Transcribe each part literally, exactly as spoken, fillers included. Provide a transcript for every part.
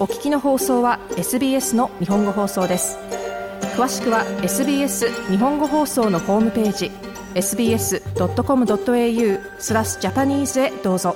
お聞きの放送は エスビーエス の日本語放送です。詳しくは エスビーエス 日本語放送のホームページ エスビーエスドットコムドットエーユー スラスジャパニーズへどうぞ。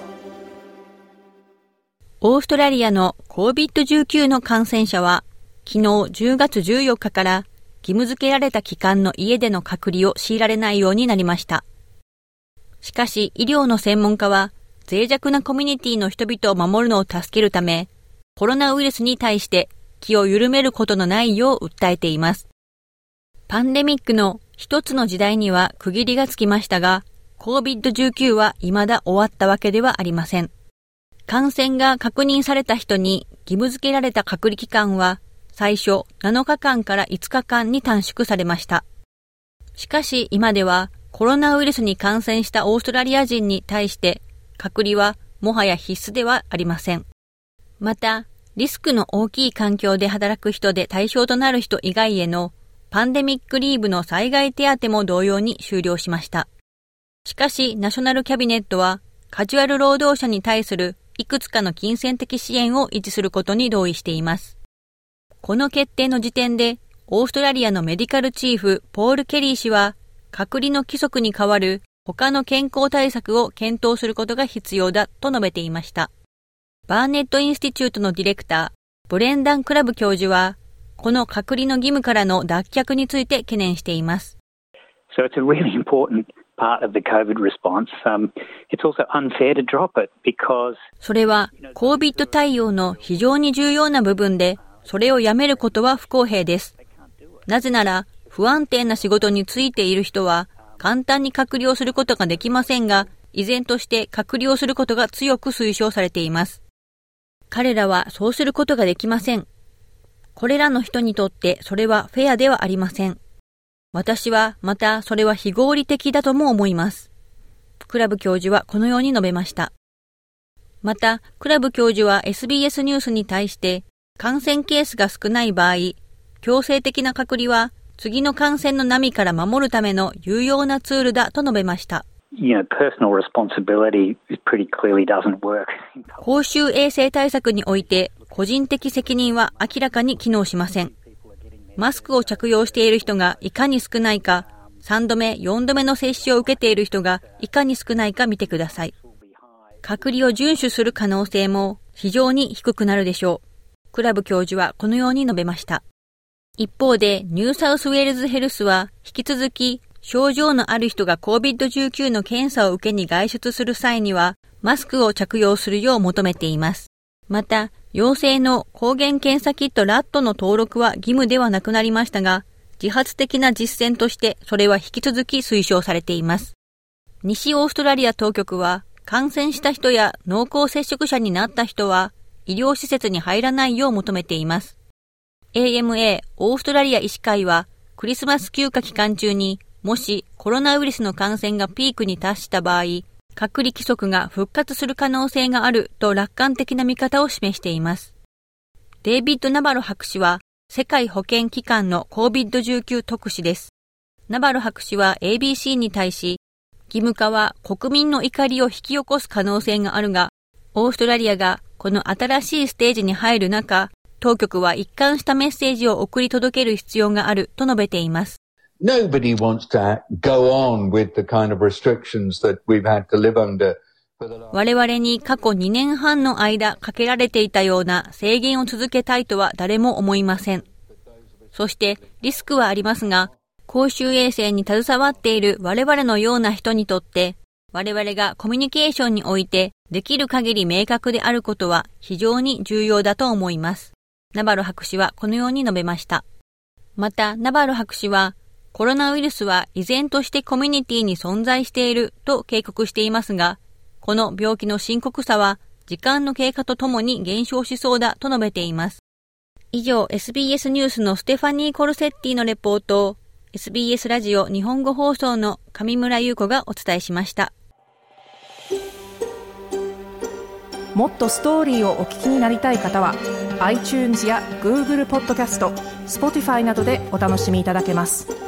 オーストラリアの コービッドじゅうきゅう の感染者は昨日じゅうがつじゅうよっかから義務付けられた期間の家での隔離を強いられないようになりました。しかし医療の専門家は脆弱なコミュニティの人々を守るのを助けるため、コロナウイルスに対して気を緩めることのないよう訴えています。パンデミックの一つの時代には区切りがつきましたが、コービッドじゅうきゅう は未だ終わったわけではありません。感染が確認された人に義務付けられた隔離期間は最初なのかかんからいつかかんに短縮されました。しかし今ではコロナウイルスに感染したオーストラリア人に対して隔離はもはや必須ではありません。また、リスクの大きい環境で働く人で対象となる人以外へのパンデミックリーブの災害手当も同様に終了しました。しかし、ナショナルキャビネットはカジュアル労働者に対するいくつかの金銭的支援を維持することに同意しています。この決定の時点で、オーストラリアのメディカルチーフ、ポール・ケリー氏は、隔離の規則に代わる他の健康対策を検討することが必要だと述べていました。バーネットインスティチュートのディレクター、ブレンダン・クラブ教授は、この隔離の義務からの脱却について懸念しています。 So it's a really important part of the COVID response. Um, it's also unfair to drop it because それは コービッド 対応の非常に重要な部分で、それをやめることは不公平です。なぜなら、不安定な仕事についている人は、簡単に隔離をすることができませんが、依然として隔離をすることが強く推奨されています。彼らはそうすることができません。これらの人にとってそれはフェアではありません。私はまたそれは非合理的だとも思います。クラブ教授はこのように述べました。また、クラブ教授は エスビーエス ニュースに対して、感染ケースが少ない場合、強制的な隔離は次の感染の波から守るための有用なツールだと述べました。 You know, personal responsibility pretty clearly doesn't work. 公衆衛生対策において個人的責任は明らかに機能しません。マスクを着用している人がいかに少ないか、さんどめ、よんどめの接種を受けている人がいかに少ないか見てください。隔離を遵守する可能性も非常に低くなるでしょう。クラブ教授はこのように述べました。一方で、ニューサウスウェールズヘルスは引き続き症状のある人が コービッドじゅうきゅう の検査を受けに外出する際にはマスクを着用するよう求めています。また、陽性の抗原検査キットラットの登録は義務ではなくなりましたが、自発的な実践としてそれは引き続き推奨されています。西オーストラリア当局は感染した人や濃厚接触者になった人は医療施設に入らないよう求めています。エーエムエー オーストラリア医師会はクリスマス休暇期間中にもしコロナウイルスの感染がピークに達した場合、隔離規則が復活する可能性があると楽観的な見方を示しています。デイビッド・ナバロ博士は世界保健機関の コービッドじゅうきゅう 特使です。ナバロ博士は エービーシー に対し、義務化は国民の怒りを引き起こす可能性があるが、オーストラリアがこの新しいステージに入る中、当局は一貫したメッセージを送り届ける必要があると述べています。 Nobody wants to go on with the kind of restrictions that we've had to live under. 我々に過去にねんはんの間かけられていたような制限を続けたいとは誰も思いません。そしてリスクはありますが、公衆衛生に携わっている我々のような人にとって、我々がコミュニケーションにおいてできる限り明確であることは非常に重要だと思います。ナバロ博士はこのように述べました。また、ナバロ博士は、コロナウイルスは依然としてコミュニティに存在していると警告していますが、この病気の深刻さは時間の経過とともに減少しそうだと述べています。以上、エスビーエス ニュースのステファニー・コルセッティのレポートを エスビーエス ラジオ日本語放送の上村優子がお伝えしました。 もっとストーリーをお聞きになりたい方は iTunes や Google ポッドキャスト、Spotify などでお楽しみいただけます。